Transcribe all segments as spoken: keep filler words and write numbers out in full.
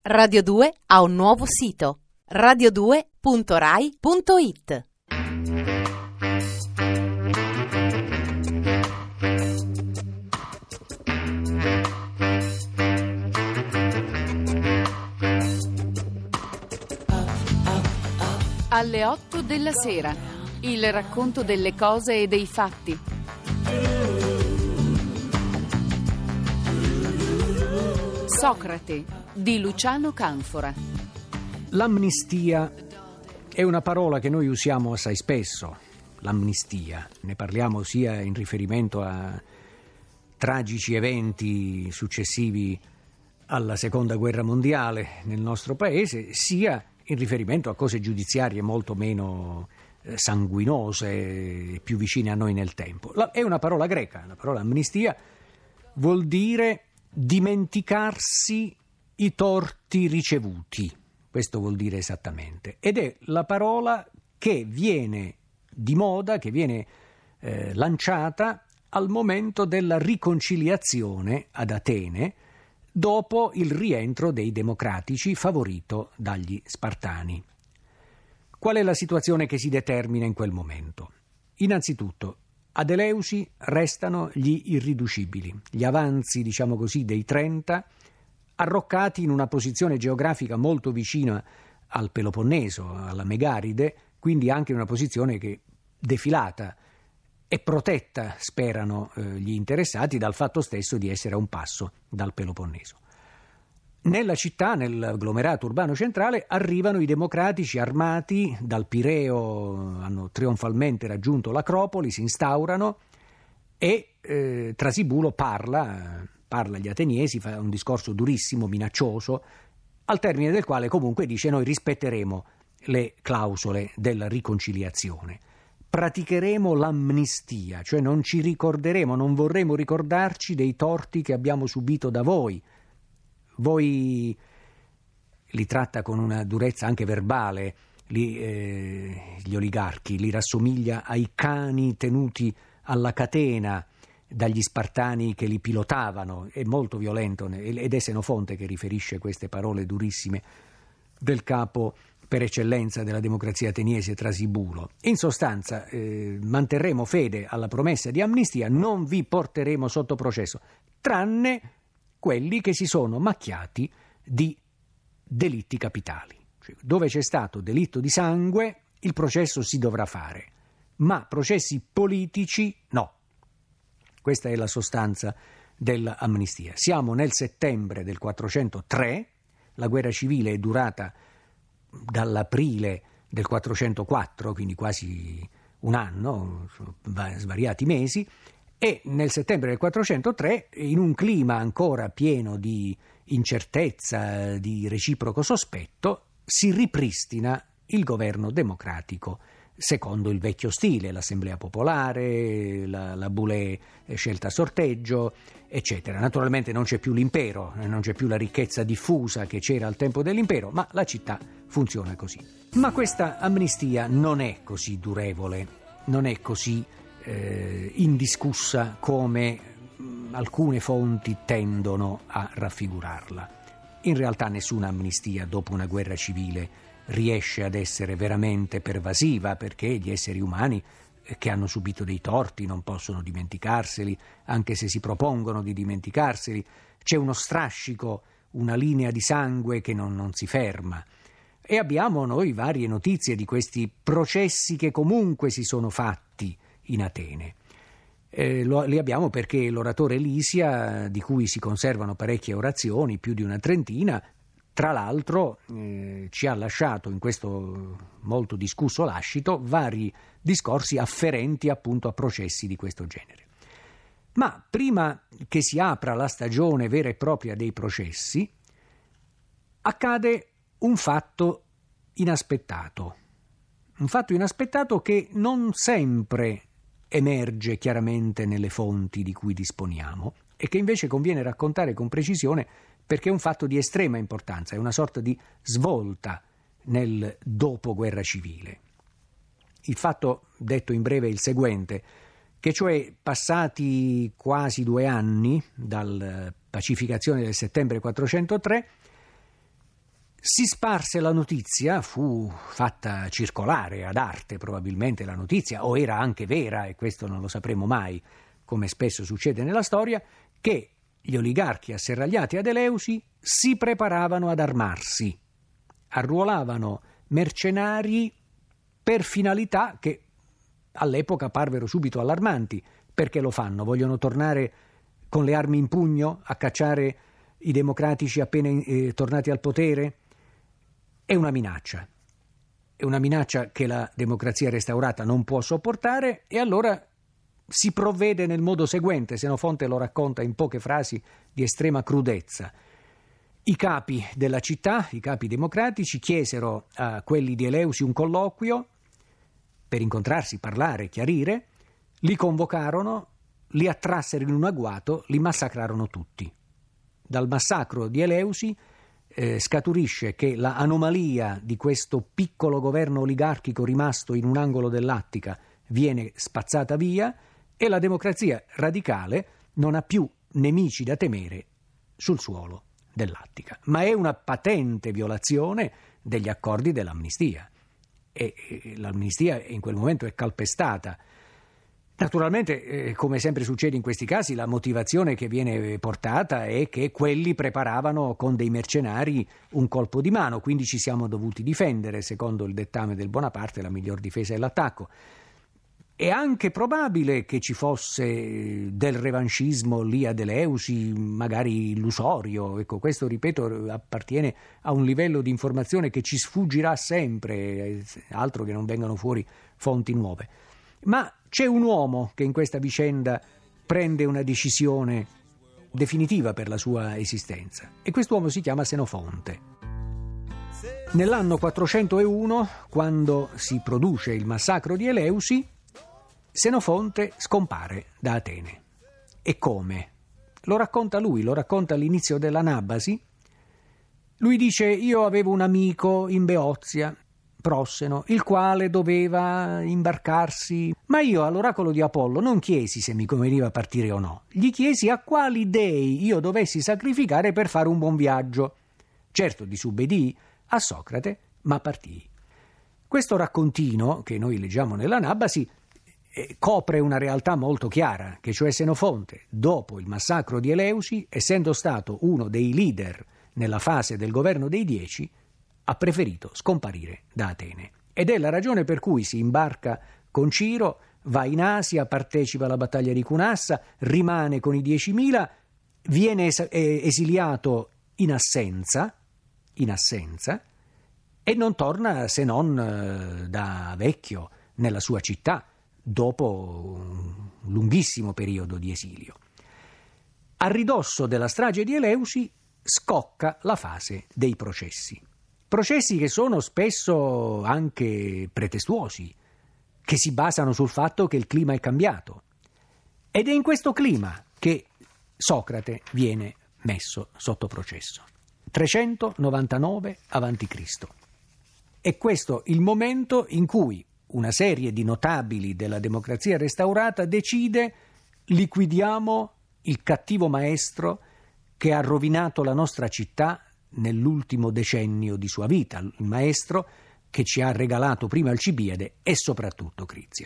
Radio due ha un nuovo sito: radio due punto rai punto it. Alle otto della sera, il racconto delle cose e dei fatti. Socrate di Luciano Canfora. L'amnistia è una parola che noi usiamo assai spesso. L'amnistia. Ne parliamo sia in riferimento a tragici eventi successivi alla Seconda Guerra Mondiale nel nostro paese, sia in riferimento a cose giudiziarie molto meno eh, sanguinose e più vicine a noi nel tempo. La, è una parola greca. La parola amnistia vuol dire dimenticarsi i torti ricevuti. Questo vuol dire esattamente. Ed è la parola che viene di moda, che viene eh, lanciata al momento della riconciliazione ad Atene dopo il rientro dei democratici favorito dagli Spartani. Qual è la situazione che si determina in quel momento? Innanzitutto, ad Eleusi restano gli irriducibili, gli avanzi, diciamo così, dei trenta, arroccati in una posizione geografica molto vicina al Peloponneso, alla Megaride, quindi anche in una posizione che defilata e protetta, sperano eh, gli interessati, dal fatto stesso di essere a un passo dal Peloponneso. Nella città, nell'agglomerato urbano centrale, arrivano i democratici armati dal Pireo, hanno trionfalmente raggiunto l'Acropoli, si instaurano e eh, Trasibulo parla, parla agli ateniesi, fa un discorso durissimo, minaccioso, al termine del quale comunque dice: noi rispetteremo le clausole della riconciliazione, praticheremo l'amnistia, cioè non ci ricorderemo, non vorremmo ricordarci dei torti che abbiamo subito da voi. Voi li tratta con una durezza anche verbale, li, eh, gli oligarchi, li rassomiglia ai cani tenuti alla catena dagli Spartani che li pilotavano. È molto violento ed è Senofonte che riferisce queste parole durissime del capo per eccellenza della democrazia ateniese, Trasibulo. In sostanza, eh, manterremo fede alla promessa di amnistia, non vi porteremo sotto processo, tranne quelli che si sono macchiati di delitti capitali. Cioè, dove c'è stato delitto di sangue, il processo si dovrà fare, ma processi politici no. Questa è la sostanza dell'amnistia. Siamo nel settembre del quattrocentotre, la guerra civile è durata dall'aprile del quattrocentoquattro, quindi quasi un anno, svariati mesi, e nel settembre del quattrocentotre, in un clima ancora pieno di incertezza, di reciproco sospetto, si ripristina il governo democratico secondo il vecchio stile, l'assemblea popolare, la, la boulée scelta a sorteggio, eccetera. Naturalmente non c'è più l'impero, non c'è più la ricchezza diffusa che c'era al tempo dell'impero, ma la città funziona così. Ma questa amnistia non è così durevole, non è così eh, indiscussa come mh, alcune fonti tendono a raffigurarla. In realtà nessuna amnistia dopo una guerra civile riesce ad essere veramente pervasiva, perché gli esseri umani che hanno subito dei torti non possono dimenticarseli, anche se si propongono di dimenticarseli. C'è uno strascico, una linea di sangue che non, non si ferma. E abbiamo noi varie notizie di questi processi che comunque si sono fatti in Atene. Eh, lo, li abbiamo perché l'oratore Lisia, di cui si conservano parecchie orazioni, più di una trentina, tra l'altro eh, ci ha lasciato in questo molto discusso lascito vari discorsi afferenti appunto a processi di questo genere. Ma prima che si apra la stagione vera e propria dei processi, accade un fatto inaspettato, un fatto inaspettato che non sempre emerge chiaramente nelle fonti di cui disponiamo e che invece conviene raccontare con precisione, perché è un fatto di estrema importanza, è una sorta di svolta nel dopoguerra civile. Il fatto, detto in breve, è il seguente, che cioè passati quasi due anni dalla pacificazione del settembre quattrocentotre, Si sparse la notizia, fu fatta circolare ad arte probabilmente la notizia, o era anche vera, e questo non lo sapremo mai, come spesso succede nella storia, che gli oligarchi asserragliati ad Eleusi si preparavano ad armarsi, arruolavano mercenari per finalità che all'epoca parvero subito allarmanti. Perché lo fanno? Vogliono tornare con le armi in pugno a cacciare i democratici appena eh, tornati al potere? È una minaccia. È una minaccia che la democrazia restaurata non può sopportare, e allora si provvede nel modo seguente. Senofonte lo racconta in poche frasi di estrema crudezza. I capi della città, i capi democratici, chiesero a quelli di Eleusi un colloquio per incontrarsi, parlare, chiarire. Li convocarono, li attrassero in un agguato, li massacrarono tutti. Dal massacro di Eleusi eh, scaturisce che la anomalia di questo piccolo governo oligarchico rimasto in un angolo dell'Attica viene spazzata via, e la democrazia radicale non ha più nemici da temere sul suolo dell'Attica. Ma è una patente violazione degli accordi dell'amnistia, e, e l'amnistia in quel momento è calpestata. Naturalmente, eh, come sempre succede in questi casi, la motivazione che viene portata è che quelli preparavano con dei mercenari un colpo di mano, quindi ci siamo dovuti difendere. Secondo il dettame del Bonaparte, la miglior difesa è l'attacco. È anche probabile che ci fosse del revanchismo lì ad Eleusi, magari illusorio. Ecco, questo, ripeto, appartiene a un livello di informazione che ci sfuggirà sempre, altro che non vengano fuori fonti nuove. Ma c'è un uomo che in questa vicenda prende una decisione definitiva per la sua esistenza, e quest'uomo si chiama Senofonte. Nell'anno quattrocentouno, quando si produce il massacro di Eleusi, Senofonte scompare da Atene. E come? Lo racconta lui, lo racconta all'inizio dell'Anabasi. Lui dice: io avevo un amico in Beozia, Prosseno, il quale doveva imbarcarsi, ma io all'oracolo di Apollo non chiesi se mi conveniva partire o no, gli chiesi a quali dei io dovessi sacrificare per fare un buon viaggio. Certo disubbedii a Socrate, ma partii. Questo raccontino, che noi leggiamo nell'Anabasi, eh, copre una realtà molto chiara, che cioè Senofonte, dopo il massacro di Eleusi, essendo stato uno dei leader nella fase del governo dei Dieci, ha preferito scomparire da Atene. Ed è la ragione per cui si imbarca con Ciro, va in Asia, partecipa alla battaglia di Cunassa, rimane con i diecimila, viene es- esiliato in assenza, in assenza, e non torna se non eh, da vecchio nella sua città, dopo un lunghissimo periodo di esilio. A ridosso della strage di Eleusi scocca la fase dei processi. Processi che sono spesso anche pretestuosi, che si basano sul fatto che il clima è cambiato. Ed è in questo clima che Socrate viene messo sotto processo. trecentonovantanove avanti Cristo. È questo il momento in cui una serie di notabili della democrazia restaurata decide: liquidiamo il cattivo maestro che ha rovinato la nostra città nell'ultimo decennio di sua vita, il maestro che ci ha regalato prima Alcibiade e soprattutto Crizia.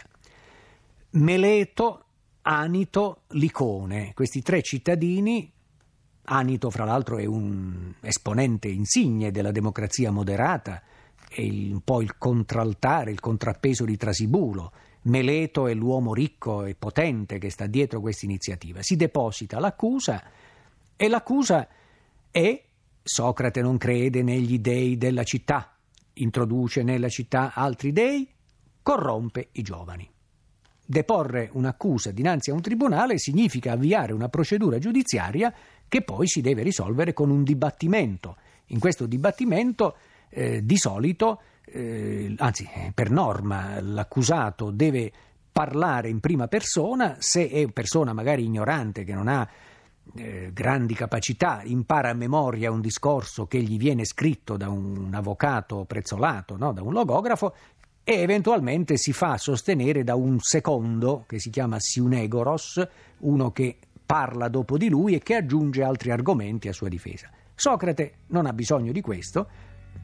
Meleto, Anito, Licone, questi tre cittadini. Anito, fra l'altro, è un esponente insigne della democrazia moderata, è il, un po' il contraltare, il contrappeso di Trasibulo. Meleto è l'uomo ricco e potente che sta dietro questa iniziativa. Si deposita l'accusa, e l'accusa è: Socrate non crede negli dei della città, introduce nella città altri dei, corrompe i giovani. Deporre un'accusa dinanzi a un tribunale significa avviare una procedura giudiziaria che poi si deve risolvere con un dibattimento. In questo dibattimento eh, di solito, eh, anzi per norma, l'accusato deve parlare in prima persona. Se è persona magari ignorante, che non ha Eh, grandi capacità, impara a memoria un discorso che gli viene scritto da un avvocato prezzolato, no? Da un logografo, e eventualmente si fa sostenere da un secondo che si chiama siunegoros, uno che parla dopo di lui e che aggiunge altri argomenti a sua difesa. Socrate non ha bisogno di questo,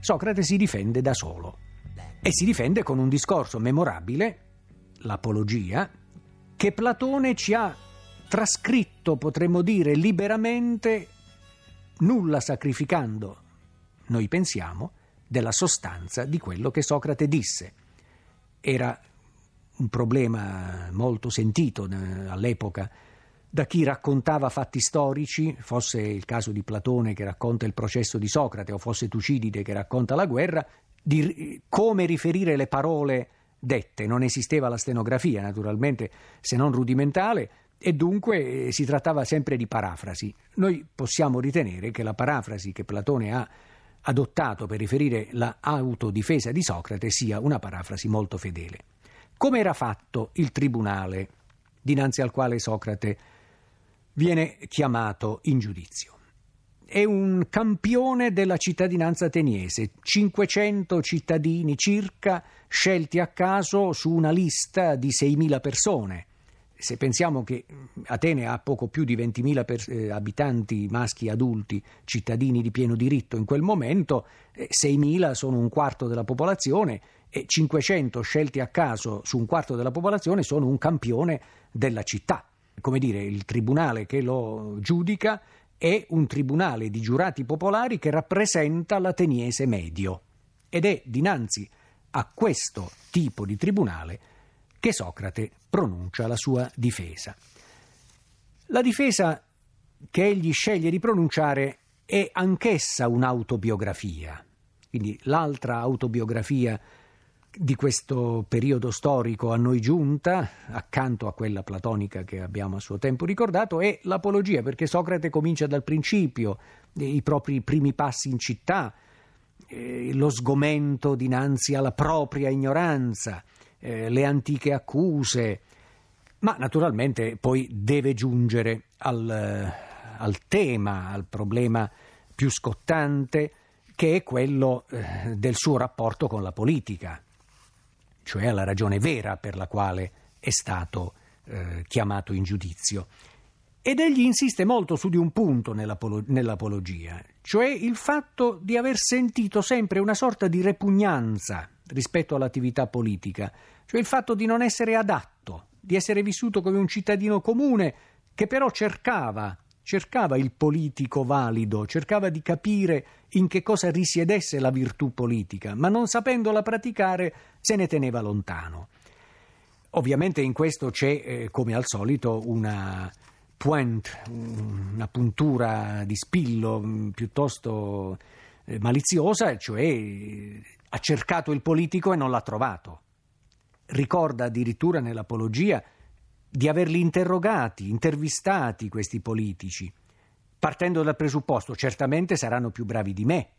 Socrate si difende da solo e si difende con un discorso memorabile, l'Apologia, che Platone ci ha trascritto, potremmo dire, liberamente, nulla sacrificando, noi pensiamo, della sostanza di quello che Socrate disse. Era un problema molto sentito all'epoca da chi raccontava fatti storici, fosse il caso di Platone che racconta il processo di Socrate o fosse Tucidide che racconta la guerra, di come riferire le parole dette. Non esisteva la stenografia, naturalmente, se non rudimentale, e dunque si trattava sempre di parafrasi. Noi possiamo ritenere che la parafrasi che Platone ha adottato per riferire la autodifesa di Socrate sia una parafrasi molto fedele. Come era fatto il tribunale dinanzi al quale Socrate viene chiamato in giudizio? È un campione della cittadinanza ateniese, cinquecento cittadini circa scelti a caso su una lista di seimila persone. Se pensiamo che Atene ha poco più di ventimila per, eh, abitanti maschi adulti, cittadini di pieno diritto in quel momento, eh, seimila sono un quarto della popolazione e cinquecento scelti a caso su un quarto della popolazione sono un campione della città. Come dire, il tribunale che lo giudica è un tribunale di giurati popolari che rappresenta l'ateniese medio ed è dinanzi a questo tipo di tribunale che Socrate pronuncia la sua difesa. La difesa che egli sceglie di pronunciare è anch'essa un'autobiografia, quindi l'altra autobiografia di questo periodo storico a noi giunta, accanto a quella platonica che abbiamo a suo tempo ricordato, è l'Apologia, perché Socrate comincia dal principio, i propri primi passi in città, eh, lo sgomento dinanzi alla propria ignoranza, eh, le antiche accuse, ma naturalmente poi deve giungere al, al tema, al problema più scottante, che è quello eh, del suo rapporto con la politica, cioè alla ragione vera per la quale è stato eh, chiamato in giudizio. Ed egli insiste molto su di un punto nell'apolo- nell'Apologia, cioè il fatto di aver sentito sempre una sorta di repugnanza rispetto all'attività politica, cioè il fatto di non essere adatto, di essere vissuto come un cittadino comune che però cercava, cercava il politico valido, cercava di capire in che cosa risiedesse la virtù politica, ma non sapendola praticare se ne teneva lontano. Ovviamente in questo c'è, eh, come al solito, una pointe, una puntura di spillo mh, piuttosto eh, maliziosa, cioè eh, ha cercato il politico e non l'ha trovato. Ricorda addirittura nell'Apologia di averli interrogati, intervistati questi politici, partendo dal presupposto: certamente saranno più bravi di me,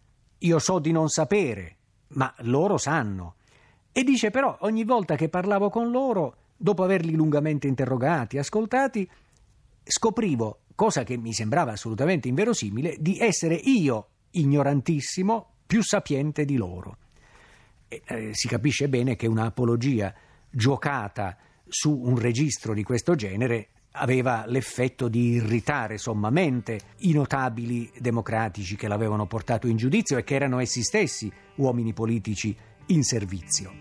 io so di non sapere, ma loro sanno. E dice però, ogni volta che parlavo con loro, dopo averli lungamente interrogati, ascoltati, scoprivo, cosa che mi sembrava assolutamente inverosimile, di essere io, ignorantissimo, più sapiente di loro. E, eh, si capisce bene che una apologia giocata su un registro di questo genere aveva l'effetto di irritare sommamente i notabili democratici che l'avevano portato in giudizio e che erano essi stessi uomini politici in servizio.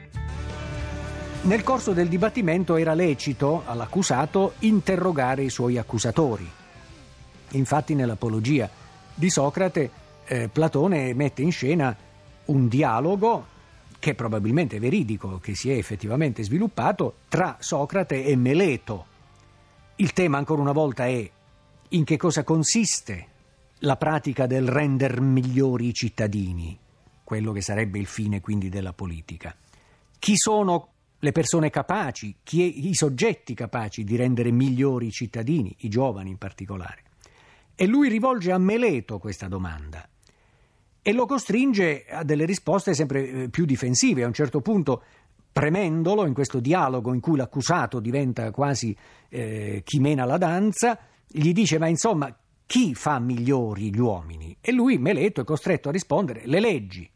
Nel corso del dibattimento era lecito all'accusato interrogare i suoi accusatori. Infatti nell'Apologia di Socrate eh, Platone mette in scena un dialogo che probabilmente è veridico, che si è effettivamente sviluppato tra Socrate e Meleto. Il tema ancora una volta è: in che cosa consiste la pratica del render migliori i cittadini, quello che sarebbe il fine quindi della politica. Chi sono le persone capaci, chi è, i soggetti capaci di rendere migliori i cittadini, i giovani in particolare? E lui rivolge a Meleto questa domanda e lo costringe a delle risposte sempre più difensive. A un certo punto, premendolo in questo dialogo in cui l'accusato diventa quasi eh, chi mena la danza, gli dice: ma insomma, chi fa migliori gli uomini? E lui, Meleto, è costretto a rispondere: le leggi.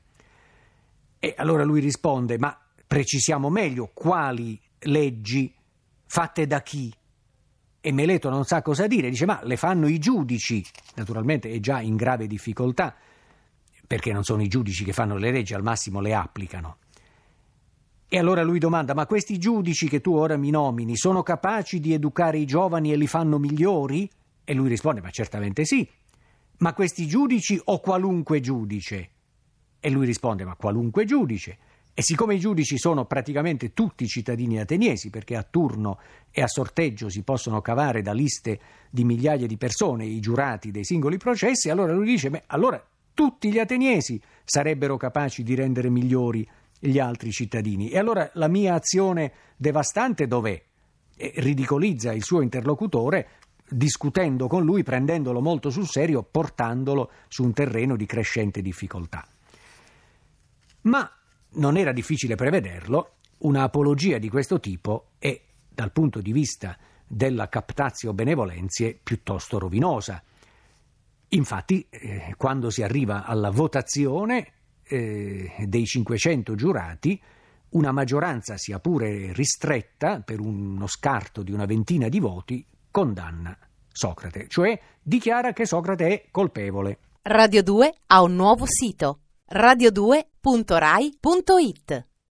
E allora lui risponde: ma precisiamo meglio, quali leggi, fatte da chi? E Meleto non sa cosa dire, dice: ma le fanno i giudici. Naturalmente è già in grave difficoltà, perché non sono i giudici che fanno le leggi, al massimo le applicano. E allora lui domanda: ma questi giudici che tu ora mi nomini sono capaci di educare i giovani e li fanno migliori? E lui risponde: ma certamente sì. Ma questi giudici o qualunque giudice? E lui risponde: ma qualunque giudice. E siccome i giudici sono praticamente tutti cittadini ateniesi, perché a turno e a sorteggio si possono cavare da liste di migliaia di persone i giurati dei singoli processi, allora lui dice: beh, allora tutti gli ateniesi sarebbero capaci di rendere migliori gli altri cittadini. E allora la mia azione devastante dov'è? E ridicolizza il suo interlocutore, discutendo con lui, prendendolo molto sul serio, portandolo su un terreno di crescente difficoltà. Ma non era difficile prevederlo, una apologia di questo tipo è, dal punto di vista della captatio benevolentie, piuttosto rovinosa. Infatti, eh, quando si arriva alla votazione eh, dei cinquecento giurati, una maggioranza, sia pure ristretta, per uno scarto di una ventina di voti, condanna Socrate, cioè dichiara che Socrate è colpevole. Radio due ha un nuovo sito: radio due punto rai punto it.